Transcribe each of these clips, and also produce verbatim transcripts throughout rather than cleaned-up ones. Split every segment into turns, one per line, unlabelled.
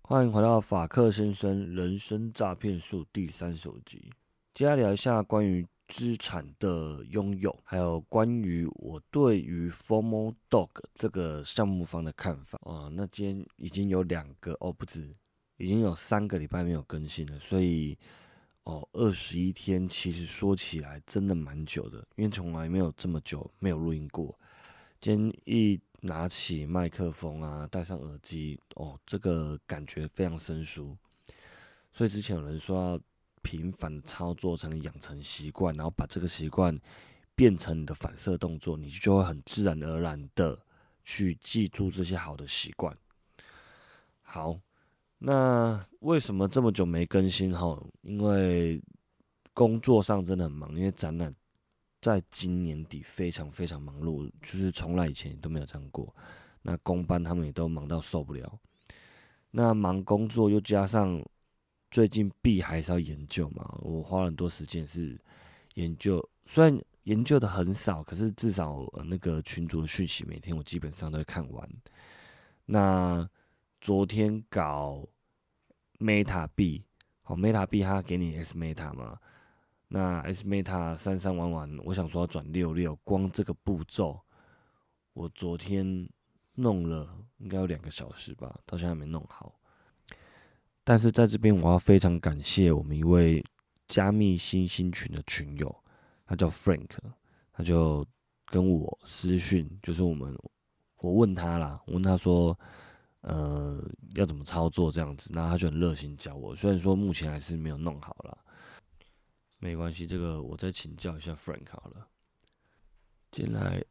欢迎回到法克先生人生诈骗术第三十五集。接下来聊一下关于资产的拥有，还有关于我对于 Formal Dog 这个项目方的看法啊。那今天已经有两个哦，不止，已经有三个礼拜没有更新了，所以哦，二十一天其实说起来真的蛮久的，因为从来没有这么久没有录音过。今天一拿起麦克风啊，戴上耳机，哦，这个感觉非常生疏。所以之前有人说要频繁的操作才能养成习惯，然后把这个习惯变成你的反射动作，你就会很自然而然的去记住这些好的习惯。好，那为什么这么久没更新？哈，因为工作上真的很忙，因为展览在今年底非常非常忙碌，就是从来以前都没有这样过。那工班他们也都忙到受不了。那忙工作又加上最近币还是要研究嘛，我花了很多时间是研究，虽然研究的很少，可是至少、呃、那个群组的讯息每天我基本上都会看完。那昨天搞 Meta 币，好 Meta 币它给你 S Meta 嘛，那 S Meta 三三玩完，我想说要转六六，光这个步骤，我昨天弄了应该有两个小时吧，到现在还没弄好。但是在这边我要非常感谢我们一位加密新兴群的群友，他叫 Frank， 他就跟我私讯，就是我们我问他啦，我问他说，呃，要怎么操作这样子，然后他就很热心教我，虽然说目前还是没有弄好啦，没关系，这个我再请教一下 Frank 好了。进来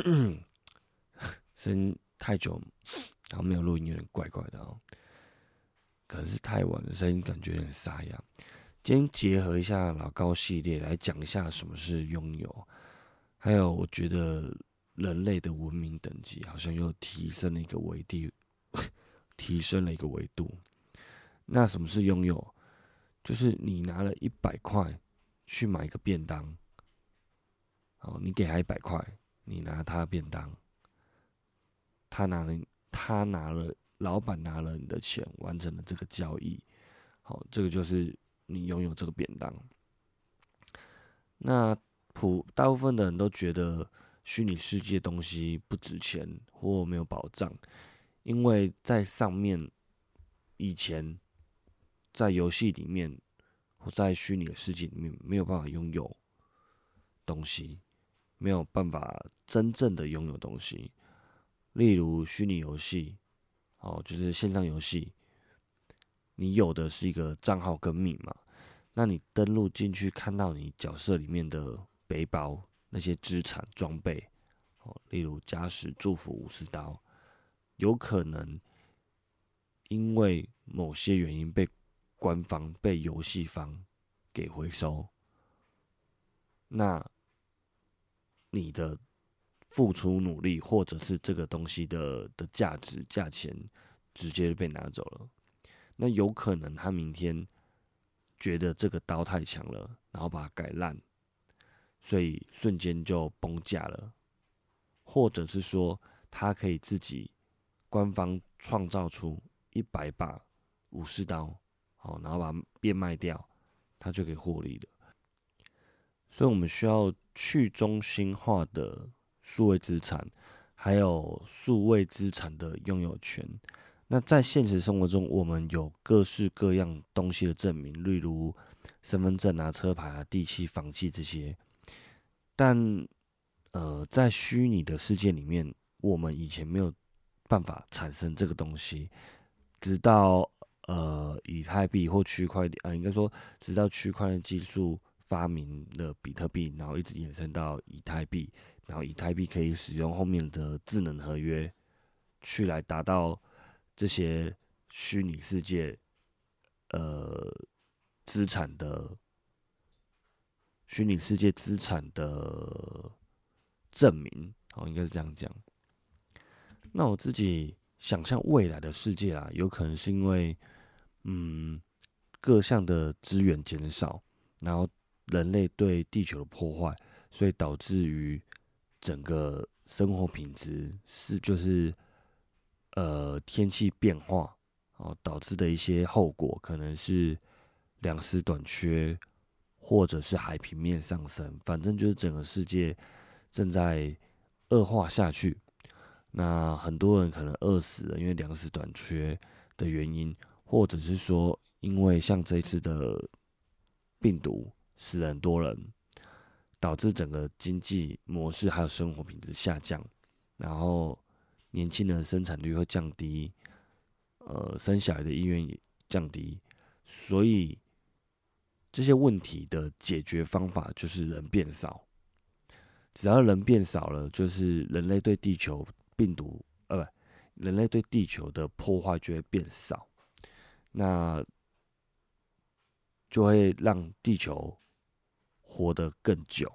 声音太久，然后没有录音，有点怪怪的哦。可能是太晚了，声音感觉有点沙哑。今天结合一下老高系列来讲一下什么是拥有，还有我觉得人类的文明等级好像又提升了一个维度，提升了一个维度。那什么是拥有？就是你拿了一百块去买一个便当，哦，你给他一百块，你拿他的便当，他拿了他拿了，老板拿了你的钱，完成了这个交易。好，这个就是你拥有这个便当。那普大部分的人都觉得虚拟世界东西不值钱或没有保障，因为在上面以前在游戏里面或在虚拟的世界里面没有办法拥有东西，没有办法真正的拥有东西。例如虚拟游戏，哦，就是线上游戏，你有的是一个账号跟密码。那你登录进去，看到你角色里面的背包那些资产装备，哦，例如加时、祝福、武士刀，有可能因为某些原因被官方、被游戏方给回收，那你的付出努力或者是这个东西的的价值、价钱，直接被拿走了。那有可能他明天觉得这个刀太强了，然后把它改烂，所以瞬间就崩价了，或者是说他可以自己官方创造出一百把武士刀，好，然后把它变卖掉，他就可以获利了。所以我们需要去中心化的数位资产，还有数位资产的拥有权。那在现实生活中，我们有各式各样东西的证明，例如身份证啊、车牌啊、地契、房契这些。但呃，在虚拟的世界里面，我们以前没有办法产生这个东西，直到呃以太币或区块链，呃，应该说直到区块链技术发明了比特币，然后一直延伸到以太币，然后以太币可以使用后面的智能合约去来达到这些虚拟世界呃资产的虚拟世界资产的证明，哦，应该是这样讲。那我自己想象未来的世界啦，有可能是因为嗯各项的资源减少，然后人类对地球的破坏，所以导致于整个生活品质是就是呃天气变化， 哦导致的一些后果，可能是粮食短缺，或者是海平面上升，反正就是整个世界正在恶化下去。那很多人可能饿死了，因为粮食短缺的原因，或者是说因为像这一次的病毒死了很多人，导致整个经济模式还有生活品质下降，然后年轻人的生产率会降低，呃，生小孩的意愿也降低，所以这些问题的解决方法就是人变少。只要人变少了，就是人类对地球病毒，呃，不，人类对地球的破坏就会变少，那就会让地球活得更久。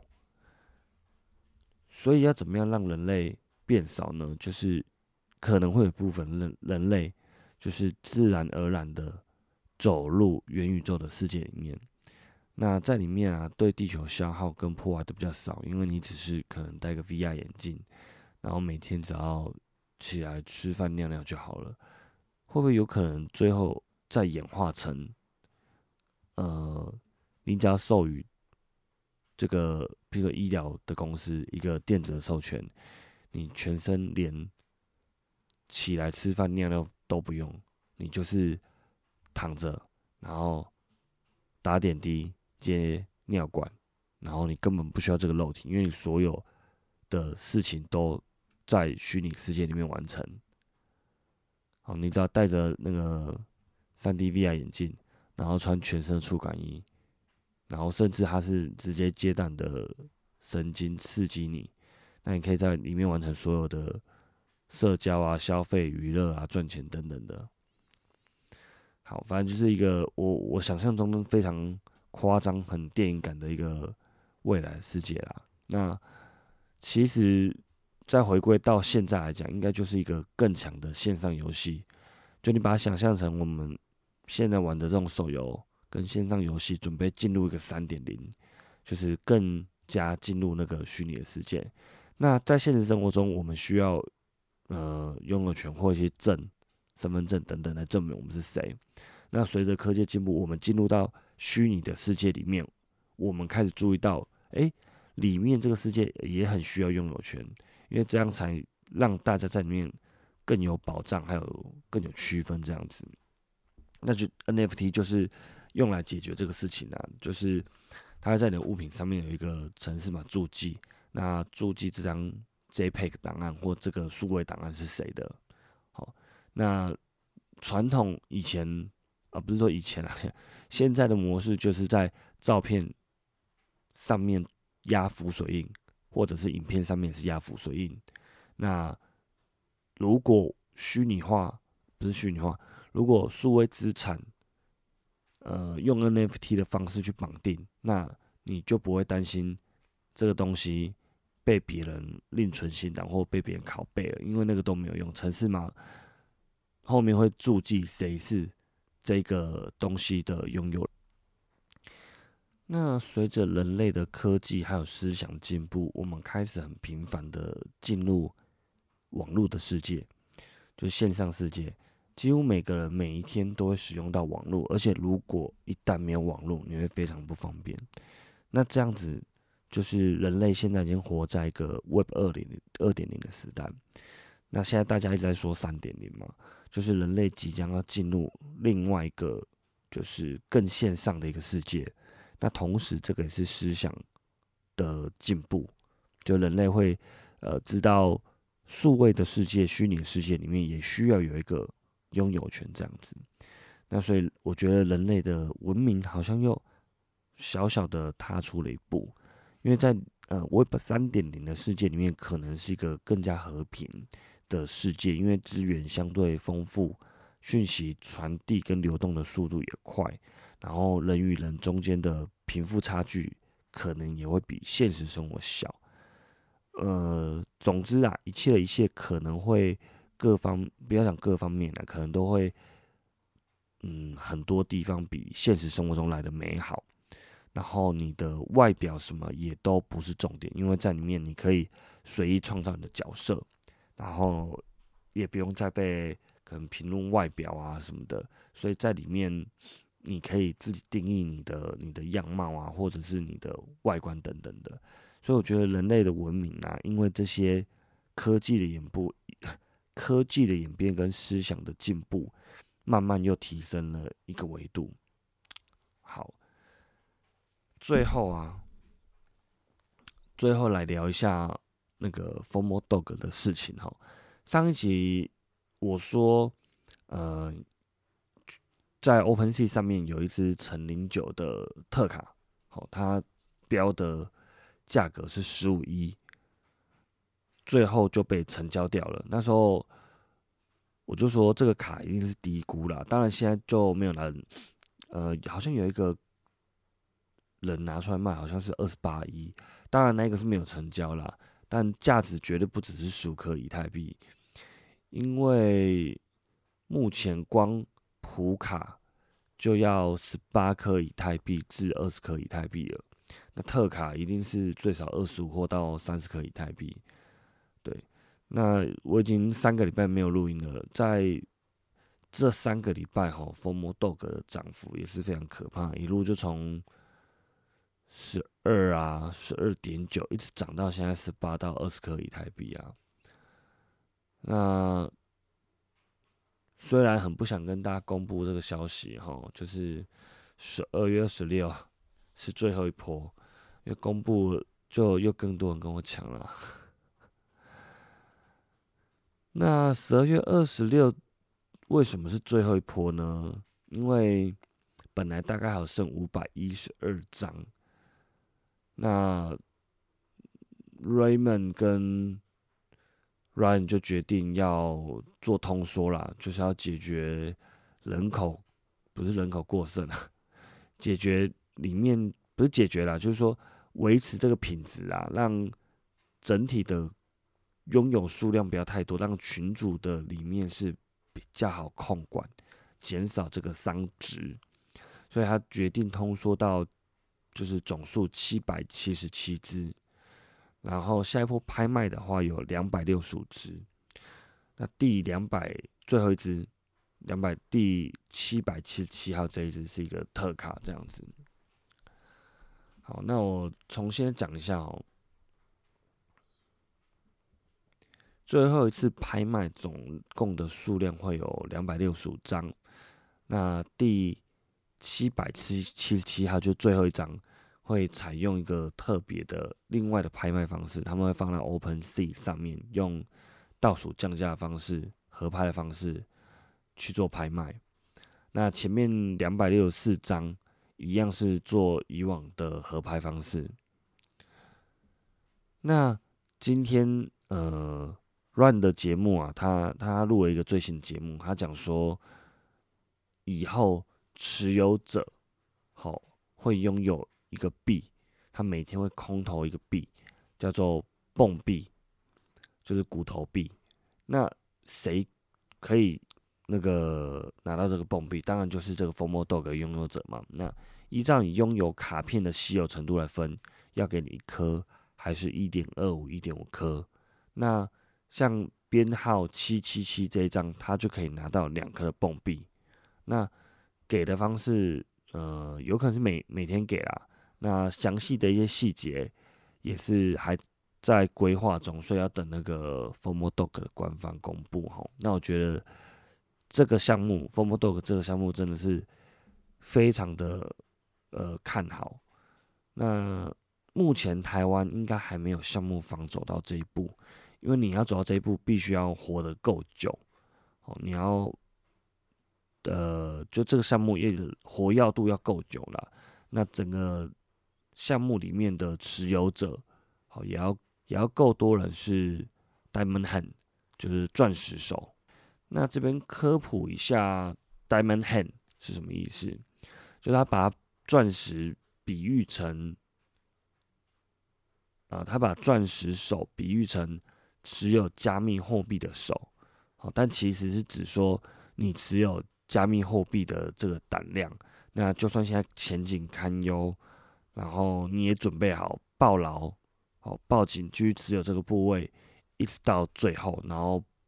所以要怎么样让人类变少呢？就是可能会有部分人人类就是自然而然的走入元宇宙的世界里面。那在里面啊，对地球消耗跟破坏都比较少，因为你只是可能戴个 V R 眼镜，然后每天只要起来吃饭尿尿就好了。会不会有可能最后再演化成，呃，你只要授予这个，比如说医疗的公司一个电子的授权，你全身连起来吃饭尿尿都不用，你就是躺着，然后打点滴、接尿管，然后你根本不需要这个肉体，因为你所有的事情都在虚拟世界里面完成。好，你只要戴着那个 三 D V R 眼镜，然后穿全身的触感衣，然后甚至它是直接接档的神经刺激你，那你可以在里面完成所有的社交啊、消费、娱乐啊、赚钱等等的。好，反正就是一个我我想象中非常夸张、很电影感的一个未来世界啦。那其实再回归到现在来讲，应该就是一个更强的线上游戏。就你把它想象成我们现在玩的这种手游跟线上游戏，准备进入一个 三点零， 就是更加进入那个虚拟的世界。那在现实生活中，我们需要呃拥有权或一些证、身份证等等来证明我们是谁。那随着科技进步，我们进入到虚拟的世界里面，我们开始注意到，哎、欸，里面这个世界也很需要拥有权，因为这样才让大家在里面更有保障，还有更有区分这样子。那就 N F T 就是用来解决这个事情啊，就是它在你的物品上面有一个程式嘛，注记，那注记这张 J P E G 档案或这个数位档案是谁的。好，那传统以前啊，不是说以前啊，现在的模式就是在照片上面压浮水印，或者是影片上面是压浮水印。那如果虚拟化，不是虚拟化，如果数位资产，呃，用 N F T 的方式去绑定，那你就不会担心这个东西被别人另存新档或被别人拷贝了，因为那个都没有用。程式码后面会注记谁是这个东西的拥有。那随着人类的科技还有思想进步，我们开始很频繁的进入网络的世界，就是线上世界。几乎每个人每一天都会使用到网络，而且如果一旦没有网络，你会非常不方便。那这样子就是人类现在已经活在一个 Web 二点零二点零的时代。那现在大家一直在说三点零嘛，就是人类即将要进入另外一个就是更线上的一个世界。那同时，这个也是思想的进步，就人类会呃知道数位的世界、虚拟的世界里面也需要有一个拥有权这样子。那所以我觉得人类的文明好像又小小的踏出了一步，因为在呃 Web 三点零的世界里面，可能是一个更加和平的世界，因为资源相对丰富，讯息传递跟流动的速度也快，然后人与人中间的贫富差距可能也会比现实生活小。呃，总之啊，一切的一切可能会各方，不要讲各方面啊，可能都会，嗯，很多地方比现实生活中来的美好。然后你的外表什么也都不是重点，因为在里面你可以随意创造你的角色，然后也不用再被可能评论外表啊什么的，所以在里面你可以自己定义你的你的样貌啊，或者是你的外观等等的。所以我觉得人类的文明啊，因为这些科技的演步、科技的演变跟思想的进步，慢慢又提升了一个维度。好，最后啊，最后来聊一下那个 Formo Dog 的事情哈。上一集我说，呃，在 OpenSea 上面有一支陈零九的特卡，好，它标的价格是十五亿，最后就被成交掉了。那时候我就说这个卡一定是低估啦，当然现在就没有人，呃，好像有一个人拿出来卖，好像是二十八亿，当然那个是没有成交啦，但价值绝对不只是十五颗以太币，因为目前光普卡就要十八颗以太币至二十颗以太币了，那特卡一定是最少二十五或到三十颗以太币。对，那我已经三个礼拜没有录音了，在这三个礼拜哈，Formo Dog 的涨幅也是非常可怕，一路就从十二啊、十二点九一直涨到现在十八到二十颗以太币啊。那虽然很不想跟大家公布这个消息哈，就是十二月二十六是最后一波，因为公布就又更多人跟我抢了。那十二月二十六为什么是最后一波呢？因为本来大概还有剩五百一十二张，那 Raymond 跟 Ryan 就决定要做通缩啦，就是要解决人口不是人口过剩啊，解决里面不是解决啦，就是说维持这个品质啊，让整体的拥有数量不要太多，让群组的里面是比较好控管，减少这个商值，所以他决定通缩到就是总数七百七十七只，然后下一波拍卖的话有两百六十五只，那第两百最后一只两百第七百七十七号这一只是一个特卡这样子。好，那我重新讲一下哦。最后一次拍卖总共的数量会有两百六十五张，那第七百七十七号就最后一张会采用一个特别的另外的拍卖方式，他们会放在 OpenSea 上面，用倒数降价的方式、合拍的方式去做拍卖。那前面两百六十四张一样是做以往的合拍方式。那今天呃。Run 的节目啊，他他录了一个最新节目，他讲说，以后持有者好、哦、会拥有一个币，他每天会空投一个币，叫做泵币，就是骨头币。那谁可以那个拿到这个泵币？当然就是这个 Formo Dog 的拥有者嘛。那依照你拥有卡片的稀有程度来分，要给你一颗还是一点二五、一点五颗？那像编号七七七这一张，它就可以拿到两颗的泵币。那给的方式，呃，有可能是每每天给啦。那详细的一些细节也是还在规划中，所以要等那个 Formo Dog 的官方公布哈。那我觉得这个项目 Formo Dog 这个项目真的是非常的呃看好。那目前台湾应该还没有项目方走到这一步。因为你要走到这一步，必须要活得够久，哦，你要，呃，就这个项目也活跃度要够久啦。那整个项目里面的持有者，好，也要也要够多人是 Diamond Hand， 就是钻石手。那这边科普一下 Diamond Hand 是什么意思？就是他把钻石比喻成，啊，他把钻石手比喻成持有加密货币的手，好，但其实是指说你持有加密货币的这个胆量。那就算现在前景堪忧，然后你也准备好抱牢，好抱紧，继续持有这个部位，一直到最后，然后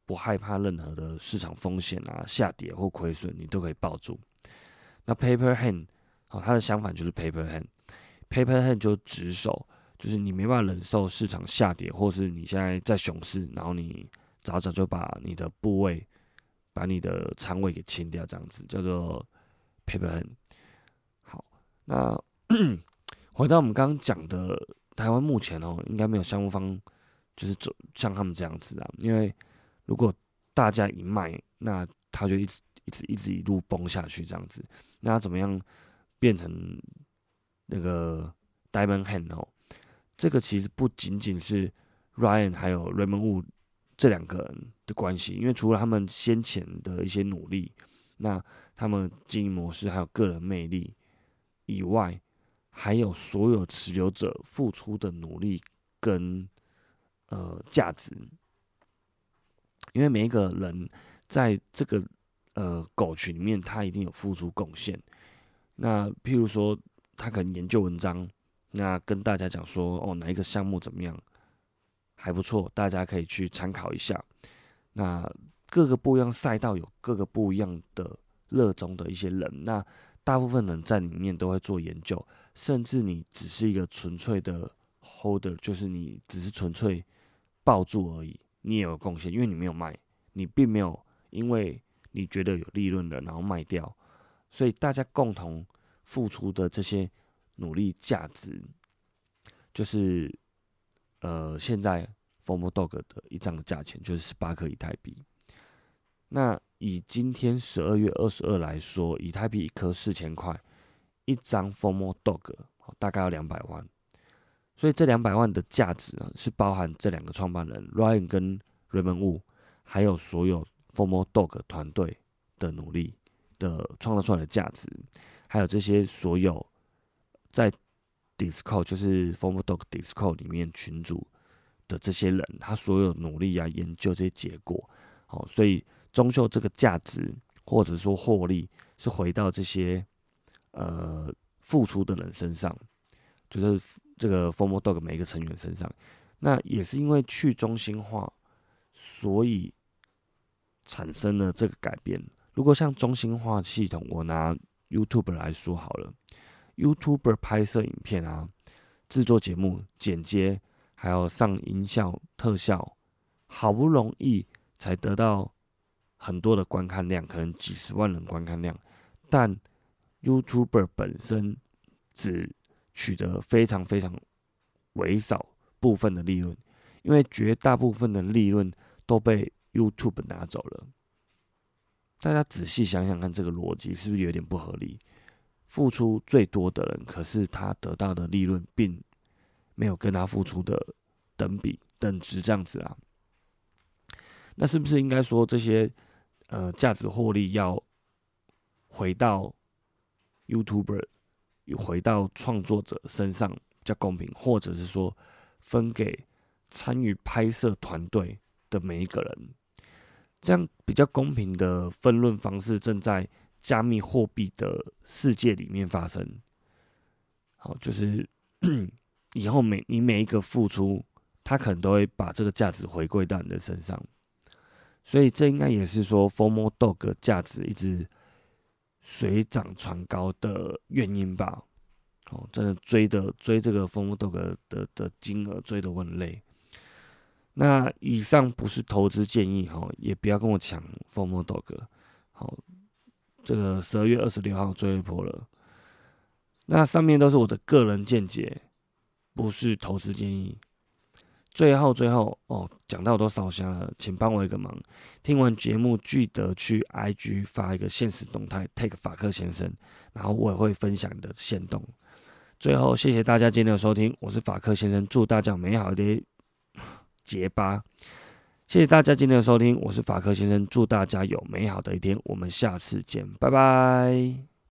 不害怕任何的市场风险啊、下跌或亏损，你都可以抱住。那 paper hand， 哦，它的相反就是 paper hand。paper hand 就是直手，就是你没办法忍受市场下跌，或是你现在在熊市，然后你早早就把你的部位、把你的仓位给清掉，这样子叫做 paper hand。好，那回到我们刚刚讲的，台湾目前哦，应该没有项目方就是像他们这样子啊，因为如果大家一卖，那他就一直一直一直一路崩下去这样子。那怎么样变成那个 Diamond Hand 哦？这个其实不仅仅是 Ryan 还有 Raymond Wu 这两个人的关系，因为除了他们先前的一些努力，那他们经营模式还有个人魅力以外，还有所有持有者付出的努力跟呃价值。因为每一个人在这个呃狗群里面，他一定有付出贡献。那譬如说，他可能研究文章，那跟大家讲说，哦，哪一个项目怎么样还不错，大家可以去参考一下。那各个不一样赛道有各个不一样的热衷的一些人，那大部分人在里面都会做研究，甚至你只是一个纯粹的 holder， 就是你只是纯粹抱住而已。你也有贡献，因为你没有卖，你并没有因为你觉得有利润了，然后卖掉，所以大家共同付出的这些努力价值，就是呃现在 Formo Dog 的一张的价钱就是十八颗以太币。那以今天十二月二十二来说，以太币一颗四千块，一张 Formo Dog 大概要两百万。所以这两百万的价值呢，是包含这两个创办人 Ryan 跟 Raymond Wu， 还有所有 Formo Dog 团队的努力的创造出来的价值，还有这些所有在 Discord 就是 Formo Dog Discord 里面群组的这些人，他所有努力啊、研究这些结果，好，所以终究这个价值或者说获利是回到这些呃付出的人身上，就是这个 Formo Dog 每一个成员身上。那也是因为去中心化，所以产生了这个改变。如果像中心化系统，我拿 YouTuber 来说好了 ，YouTuber 拍摄影片啊，制作节目、剪接，还有上音效、特效，好不容易才得到很多的观看量，可能几十万人观看量，但 YouTuber 本身只取得非常非常微少部分的利润，因为绝大部分的利润都被 YouTube 拿走了。大家仔细想想看，这个逻辑是不是有点不合理？付出最多的人，可是他得到的利润并没有跟他付出的等比等值这样子啊？那是不是应该说这些呃价值获利要回到 YouTuber， 回到创作者身上比较公平，或者是说分给参与拍摄团队的每一个人？这样比较公平的分论方式正在加密货币的世界里面发生。好，就是以后每你每一个付出，他可能都会把这个价值回归到你的身上。所以这应该也是说 Formo Dog 价值一直水涨船高的原因吧。哦，真的追的追这个 Formo Dog 的 的, 的金额追得我很累。那以上不是投资建议哈，也不要跟我抢 Formo Dog。好，这个十二月二十六号最后一波了。那上面都是我的个人见解，不是投资建议。最后最后哦，讲到我都烧香了，请帮我一个忙，听完节目记得去 I G 发一个限时动态 ，tag 法克先生，然后我也会分享你的限动。最后谢谢大家今天的收听，我是法克先生，祝大家美好的结巴。谢谢大家今天的收听，我是法克先生，祝大家有美好的一天，我们下次见，拜拜。